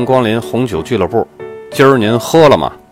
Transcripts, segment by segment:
光临红酒俱乐部，今儿您喝了吗？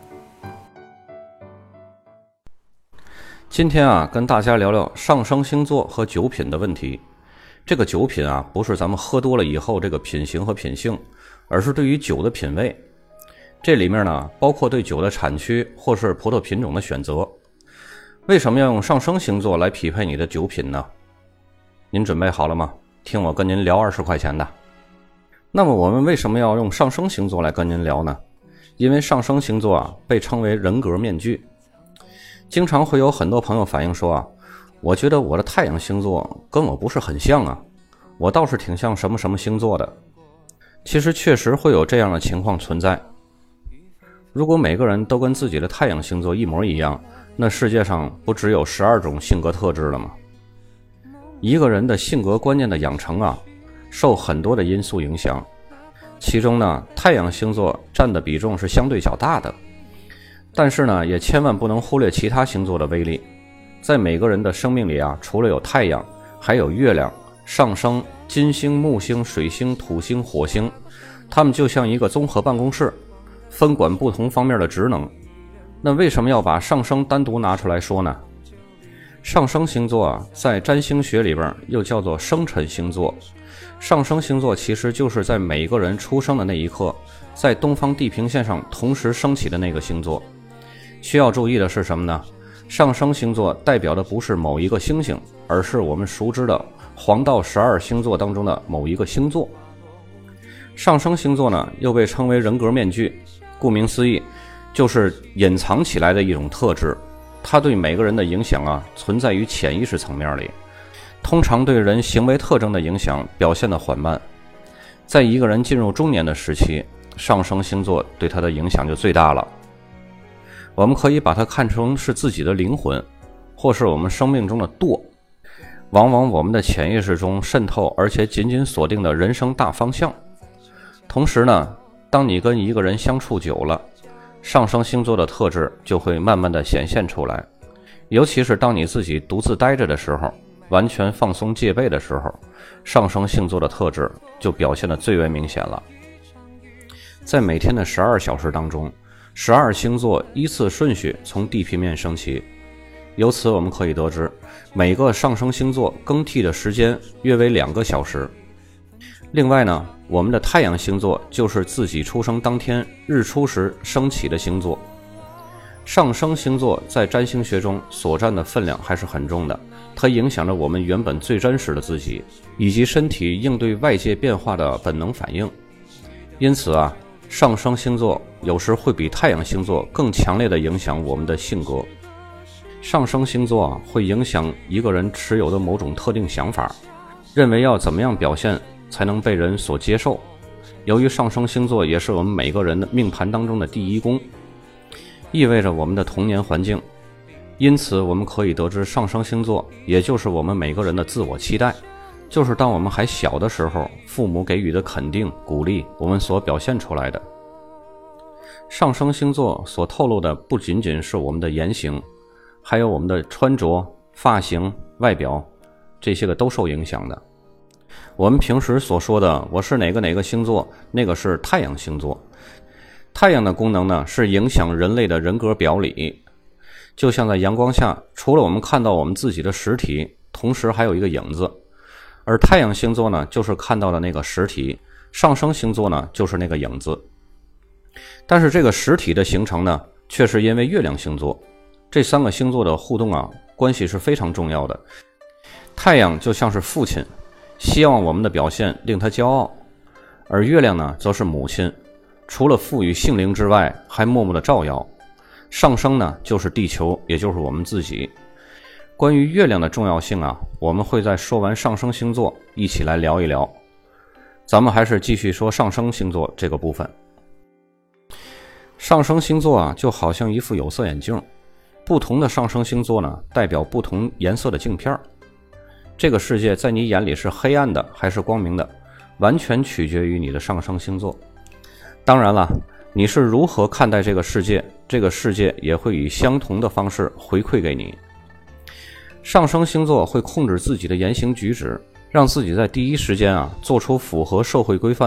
今天啊，跟大家聊聊上升星座和酒品的问题。这个酒品啊，不是咱们喝多了以后这个品行和品性，而是对于酒的品味。这里面呢，包括对酒的产区或是葡萄品种的选择。为什么要用上升星座来匹配你的酒品呢？您准备好了吗？听我跟您聊20块钱的。那么我们为什么要用上升星座来跟您聊呢？因为上升星座啊，被称为人格面具。经常会有很多朋友反映说啊，我觉得我的太阳星座跟我不是很像啊，我倒是挺像什么什么星座的。其实确实会有这样的情况存在。如果每个人都跟自己的太阳星座一模一样，那世界上不只有12种性格特质了吗？一个人的性格观念的养成啊，受很多的因素影响，其中呢，太阳星座占的比重是相对较大的。但是呢，也千万不能忽略其他星座的威力。在每个人的生命里啊，除了有太阳，还有月亮、上升、金星、木星、水星、土星、火星，它们就像一个综合办公室，分管不同方面的职能。那为什么要把上升单独拿出来说呢？上升星座啊，在占星学里边又叫做生辰星座。上升星座其实就是在每个人出生的那一刻，在东方地平线上同时升起的那个星座。需要注意的是什么呢？上升星座代表的不是某一个星星，而是我们熟知的黄道12星座当中的某一个星座。上升星座呢，又被称为人格面具，顾名思义，就是隐藏起来的一种特质。它对每个人的影响啊，存在于潜意识层面里，通常对人行为特征的影响表现得缓慢。在一个人进入中年的时期，上升星座对他的影响就最大了。我们可以把它看成是自己的灵魂，或是我们生命中的舵，往往我们的潜意识中渗透而且紧紧锁定的人生大方向。同时呢，当你跟一个人相处久了，上升星座的特质就会慢慢的显现出来。尤其是当你自己独自待着的时候，完全放松戒备的时候，上升星座的特质就表现得最为明显了。在每天的12小时当中，12星座依次顺序从地平面升起，由此我们可以得知，每个上升星座更替的时间约为2个小时。另外呢，我们的太阳星座就是自己出生当天日出时升起的星座。上升星座在占星学中所占的分量还是很重的，它影响着我们原本最真实的自己，以及身体应对外界变化的本能反应。因此啊，上升星座有时会比太阳星座更强烈地影响我们的性格。上升星座啊，会影响一个人持有的某种特定想法，认为要怎么样表现才能被人所接受。由于上升星座也是我们每个人的命盘当中的第一宫，意味着我们的童年环境。因此我们可以得知，上升星座也就是我们每个人的自我期待，就是当我们还小的时候，父母给予的肯定鼓励，我们所表现出来的。上升星座所透露的不仅仅是我们的言行，还有我们的穿着、发型、外表，这些个都受影响的。我们平时所说的我是哪个星座，那个是太阳星座。太阳的功能呢，是影响人类的人格表里。就像在阳光下，除了我们看到我们自己的实体，同时还有一个影子。而太阳星座呢，就是看到的那个实体，上升星座呢，就是那个影子。但是这个实体的形成呢，却是因为月亮星座。这3个星座的互动啊，关系是非常重要的。太阳就像是父亲，希望我们的表现令他骄傲，而月亮呢，则是母亲，除了赋予性灵之外，还默默的照耀。上升呢，就是地球，也就是我们自己。关于月亮的重要性啊，我们会在说完上升星座一起来聊一聊。咱们还是继续说上升星座这个部分。上升星座啊，就好像一副有色眼镜，不同的上升星座呢，代表不同颜色的镜片。这个世界在你眼里是黑暗的还是光明的，完全取决于你的上升星座。当然了，你是如何看待这个世界，这个世界也会以相同的方式回馈给你。上升星座会控制自己的言行举止，让自己在第一时间啊做出符合社会规范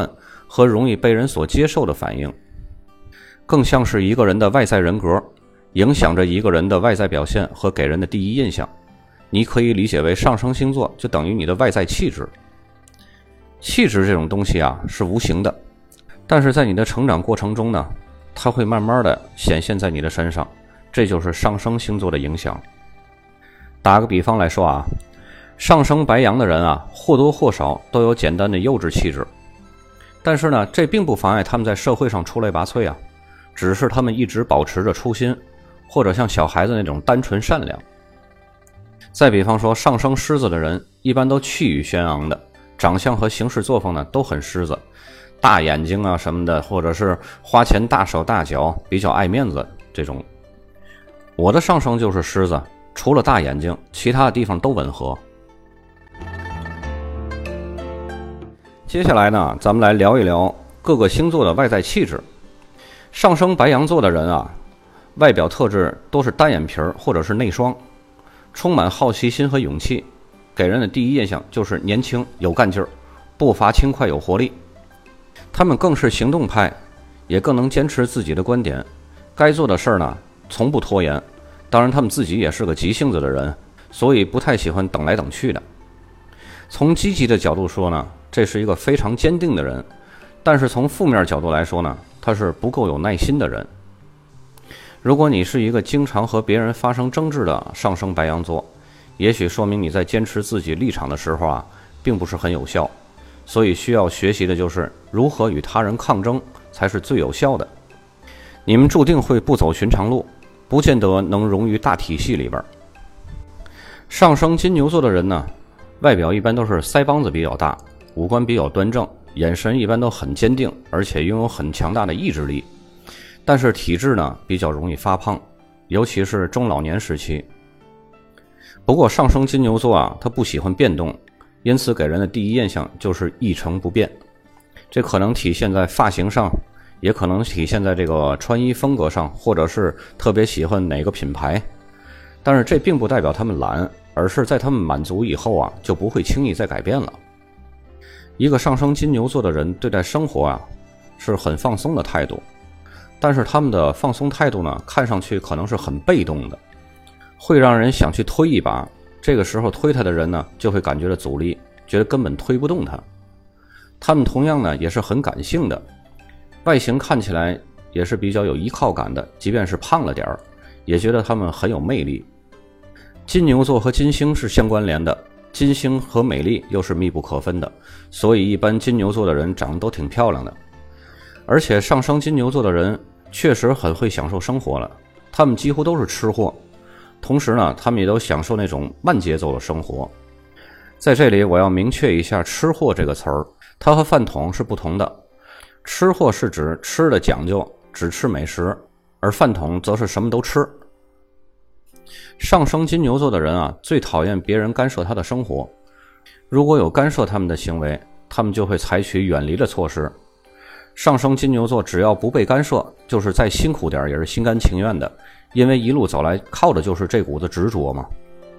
和容易被人所接受的反应，更像是一个人的外在人格，影响着一个人的外在表现和给人的第一印象。你可以理解为上升星座就等于你的外在气质。气质这种东西啊是无形的，但是在你的成长过程中呢，它会慢慢的显现在你的身上，这就是上升星座的影响。打个比方来说啊，上升白羊的人啊，或多或少都有简单的幼稚气质，但是呢，这并不妨碍他们在社会上出类拔萃啊，只是他们一直保持着初心，或者像小孩子那种单纯善良。再比方说，上升狮子的人一般都气宇轩昂的，长相和行事作风呢都很狮子，大眼睛啊什么的，或者是花钱大手大脚，比较爱面子这种。我的上升就是狮子，除了大眼睛，其他的地方都吻合。接下来呢，咱们来聊一聊各个星座的外在气质。上升白羊座的人啊，外表特质都是单眼皮或者是内双，充满好奇心和勇气，给人的第一印象就是年轻有干劲儿，步伐轻快有活力。他们更是行动派，也更能坚持自己的观点，该做的事儿呢从不拖延。当然他们自己也是个急性子的人，所以不太喜欢等来等去的。从积极的角度说呢，这是一个非常坚定的人，但是从负面角度来说呢，他是不够有耐心的人。如果你是一个经常和别人发生争执的上升白羊座，也许说明你在坚持自己立场的时候啊，并不是很有效，所以需要学习的就是如何与他人抗争才是最有效的。你们注定会不走寻常路，不见得能融于大体系里边。上升金牛座的人呢，外表一般都是腮帮子比较大，五官比较端正，眼神一般都很坚定，而且拥有很强大的意志力。但是体质呢比较容易发胖，尤其是中老年时期。不过上升金牛座啊，他不喜欢变动，因此给人的第一印象就是一成不变。这可能体现在发型上，也可能体现在这个穿衣风格上，或者是特别喜欢哪个品牌。但是这并不代表他们懒，而是在他们满足以后啊，就不会轻易再改变了。一个上升金牛座的人对待生活啊，是很放松的态度，但是他们的放松态度呢，看上去可能是很被动的，会让人想去推一把。这个时候推他的人呢，就会感觉到阻力，觉得根本推不动他。他们同样呢，也是很感性的，外形看起来也是比较有依靠感的，即便是胖了点儿，也觉得他们很有魅力。金牛座和金星是相关联的，金星和美丽又是密不可分的，所以一般金牛座的人长得都挺漂亮的。而且上升金牛座的人确实很会享受生活了，他们几乎都是吃货，同时呢，他们也都享受那种慢节奏的生活。在这里我要明确一下吃货这个词儿，它和饭桶是不同的。吃货是指吃的讲究，只吃美食，而饭桶则是什么都吃。上升金牛座的人啊，最讨厌别人干涉他的生活，如果有干涉他们的行为，他们就会采取远离的措施。上升金牛座只要不被干涉，就是再辛苦点也是心甘情愿的，因为一路走来靠的就是这股子执着嘛。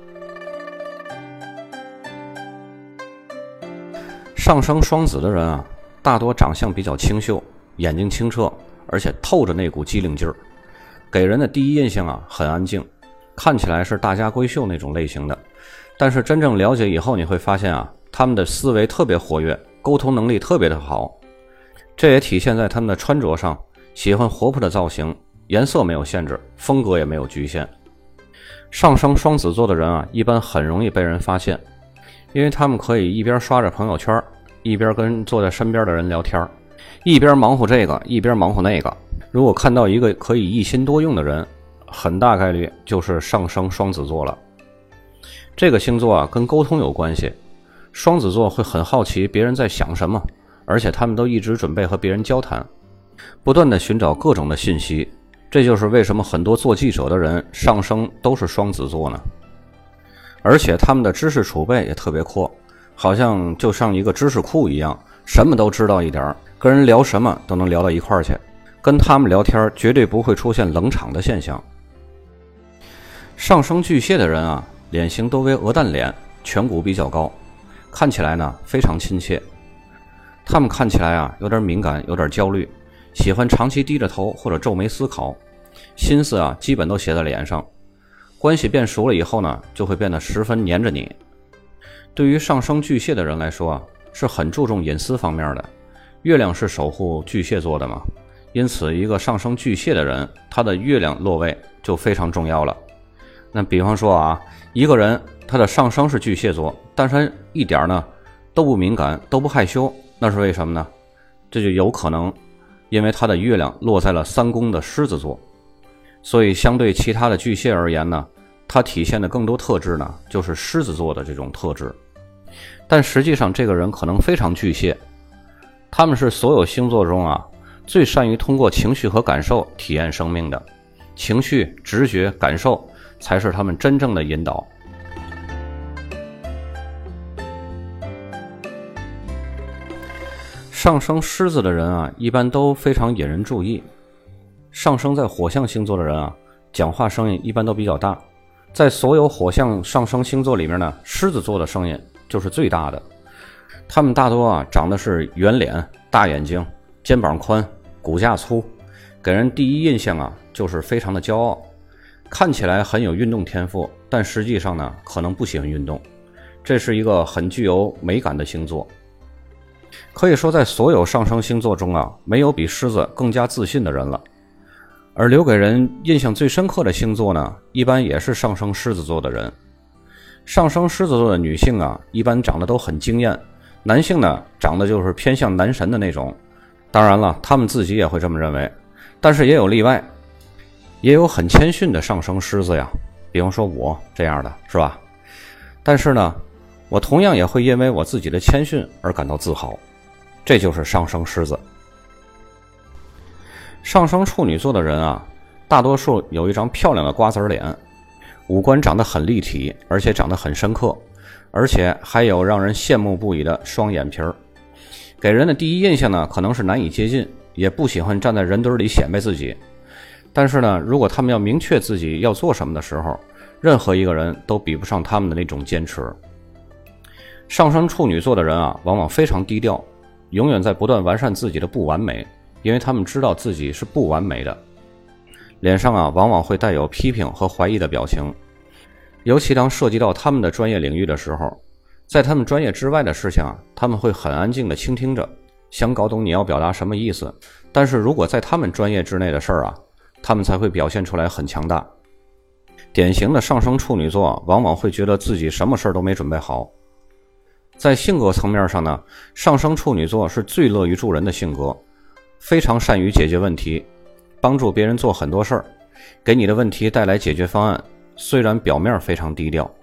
上升双子的人啊，大多长相比较清秀，眼睛清澈，而且透着那股机灵劲儿，给人的第一印象啊很安静，看起来是大家闺秀那种类型的。但是真正了解以后，你会发现啊，他们的思维特别活跃，沟通能力特别的好。这也体现在他们的穿着上，喜欢活泼的造型，颜色没有限制，风格也没有局限。上升双子座的人啊，一般很容易被人发现，因为他们可以一边刷着朋友圈，一边跟坐在身边的人聊天，一边忙活这个，一边忙活那个。如果看到一个可以一心多用的人，很大概率就是上升双子座了。这个星座啊，跟沟通有关系。双子座会很好奇别人在想什么，而且他们都一直准备和别人交谈，不断地寻找各种的信息。这就是为什么很多做记者的人上升都是双子座呢。而且他们的知识储备也特别阔，好像就像一个知识库一样，什么都知道一点，跟人聊什么都能聊到一块儿去。跟他们聊天绝对不会出现冷场的现象。上升巨蟹的人啊，脸型多为鹅蛋脸，颧骨比较高，看起来呢非常亲切。 他们看起来啊有点敏感，有点焦虑，喜欢长期低着头或者皱眉思考，心思啊基本都写在脸上。关系变熟了以后呢，就会变得十分黏着你。对于上升巨蟹的人来说啊，是很注重隐私方面的。月亮是守护巨蟹座的嘛，因此一个上升巨蟹的人，他的月亮落位就非常重要了。那比方说啊，一个人他的上升是巨蟹座，但是他一点呢都不敏感，都不害羞，那是为什么呢？这就有可能因为他的月亮落在了3宫的狮子座，所以相对其他的巨蟹而言呢，它体现的更多特质呢就是狮子座的这种特质。但实际上这个人可能非常巨蟹，他们是所有星座中啊最善于通过情绪和感受体验生命的，情绪、直觉、感受才是他们真正的引导。上升狮子的人啊，一般都非常引人注意。上升在火象星座的人啊，讲话声音一般都比较大。在所有火象上升星座里面呢，狮子座的声音就是最大的。他们大多啊长得是圆脸、大眼睛、肩膀宽、骨架粗，给人第一印象啊就是非常的骄傲，看起来很有运动天赋，但实际上呢可能不喜欢运动。这是一个很具有美感的星座。可以说在所有上升星座中啊，没有比狮子更加自信的人了。而留给人印象最深刻的星座呢，一般也是上升狮子座的人。上升狮子座的女性啊，一般长得都很惊艳，男性呢长得就是偏向男神的那种。当然了，他们自己也会这么认为，但是也有例外，也有很谦逊的上升狮子呀，比方说我这样的，是吧？但是呢，我同样也会因为我自己的谦逊而感到自豪，这就是上升狮子。上升处女座的人啊，大多数有一张漂亮的瓜子脸，五官长得很立体，而且长得很深刻，而且还有让人羡慕不已的双眼皮儿。给人的第一印象呢，可能是难以接近，也不喜欢站在人堆里显摆自己。但是呢，如果他们要明确自己要做什么的时候，任何一个人都比不上他们的那种坚持。上升处女座的人啊，往往非常低调，永远在不断完善自己的不完美，因为他们知道自己是不完美的。脸上啊，往往会带有批评和怀疑的表情，尤其当涉及到他们的专业领域的时候，在他们专业之外的事情啊，他们会很安静地倾听着，想搞懂你要表达什么意思。但是如果在他们专业之内的事儿啊，他们才会表现出来很强大。典型的上升处女座啊，往往会觉得自己什么事儿都没准备好。在性格层面上呢，上升处女座是最乐于助人的性格，非常善于解决问题，帮助别人做很多事儿，给你的问题带来解决方案，虽然表面非常低调。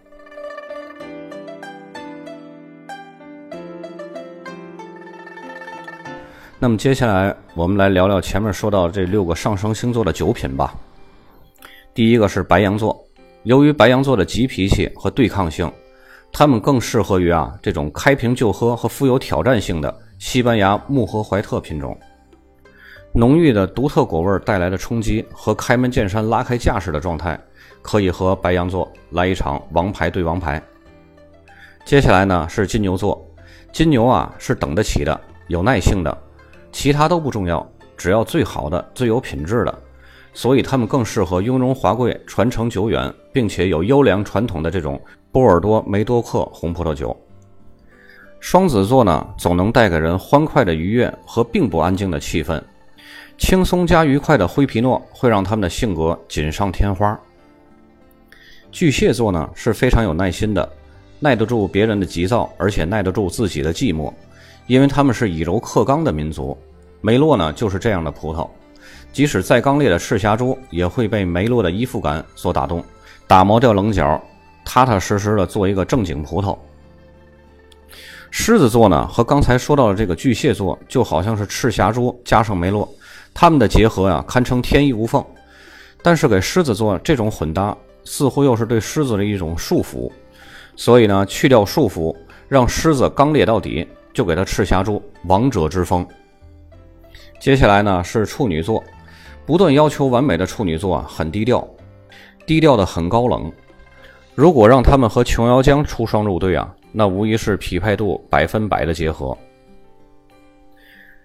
那么接下来我们来聊聊前面说到这6个上升星座的9品吧。第一个是白羊座，由于白羊座的急脾气和对抗性，他们更适合于这种开瓶就喝和富有挑战性的西班牙穆赫怀特品种。浓郁的独特果味带来的冲击和开门见山拉开架势的状态，可以和白羊座来一场王牌对王牌。接下来呢是金牛座，金牛啊是等得起的，有耐性的，其他都不重要，只要最好的最有品质的，所以他们更适合雍容华贵、传承久远并且有优良传统的这种波尔多梅多克红葡萄酒。双子座呢总能带给人欢快的愉悦和并不安静的气氛，轻松加愉快的灰皮诺会让他们的性格锦上添花。巨蟹座呢是非常有耐心的，耐得住别人的急躁，而且耐得住自己的寂寞，因为他们是以柔克刚的民族。梅洛呢就是这样的葡萄，即使再刚烈的赤霞珠也会被梅洛的依附感所打动，打磨掉棱角，踏踏实实的做一个正经葡萄。狮子座呢和刚才说到的这个巨蟹座就好像是赤霞珠加上梅洛，他们的结合呀堪称天衣无缝。但是给狮子座这种混搭似乎又是对狮子的一种束缚，所以呢去掉束缚，让狮子刚烈到底，就给他赤霞珠王者之风。接下来呢是处女座，不断要求完美的处女座很低调，低调的很高冷。如果让他们和琼瑶浆出双入对那无疑是匹配度100%的结合。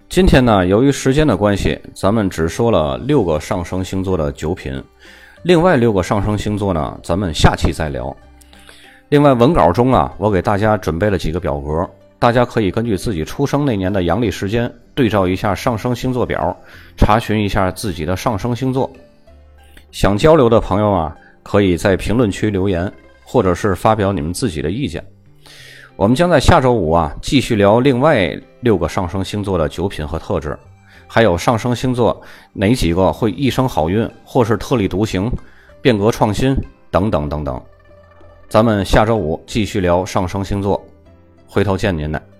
今天呢，由于时间的关系，咱们只说了6个上升星座的九品，另外6个上升星座呢，咱们下期再聊。另外文稿中啊，我给大家准备了几个表格，大家可以根据自己出生那年的阳历时间，对照一下上升星座表，查询一下自己的上升星座。想交流的朋友啊，可以在评论区留言，或者是发表你们自己的意见。我们将在下周五啊，继续聊另外6个上升星座的九品和特质，还有上升星座哪几个会一生好运，或是特立独行、变革创新等等等等。咱们下周五继续聊上升星座，回头见您的。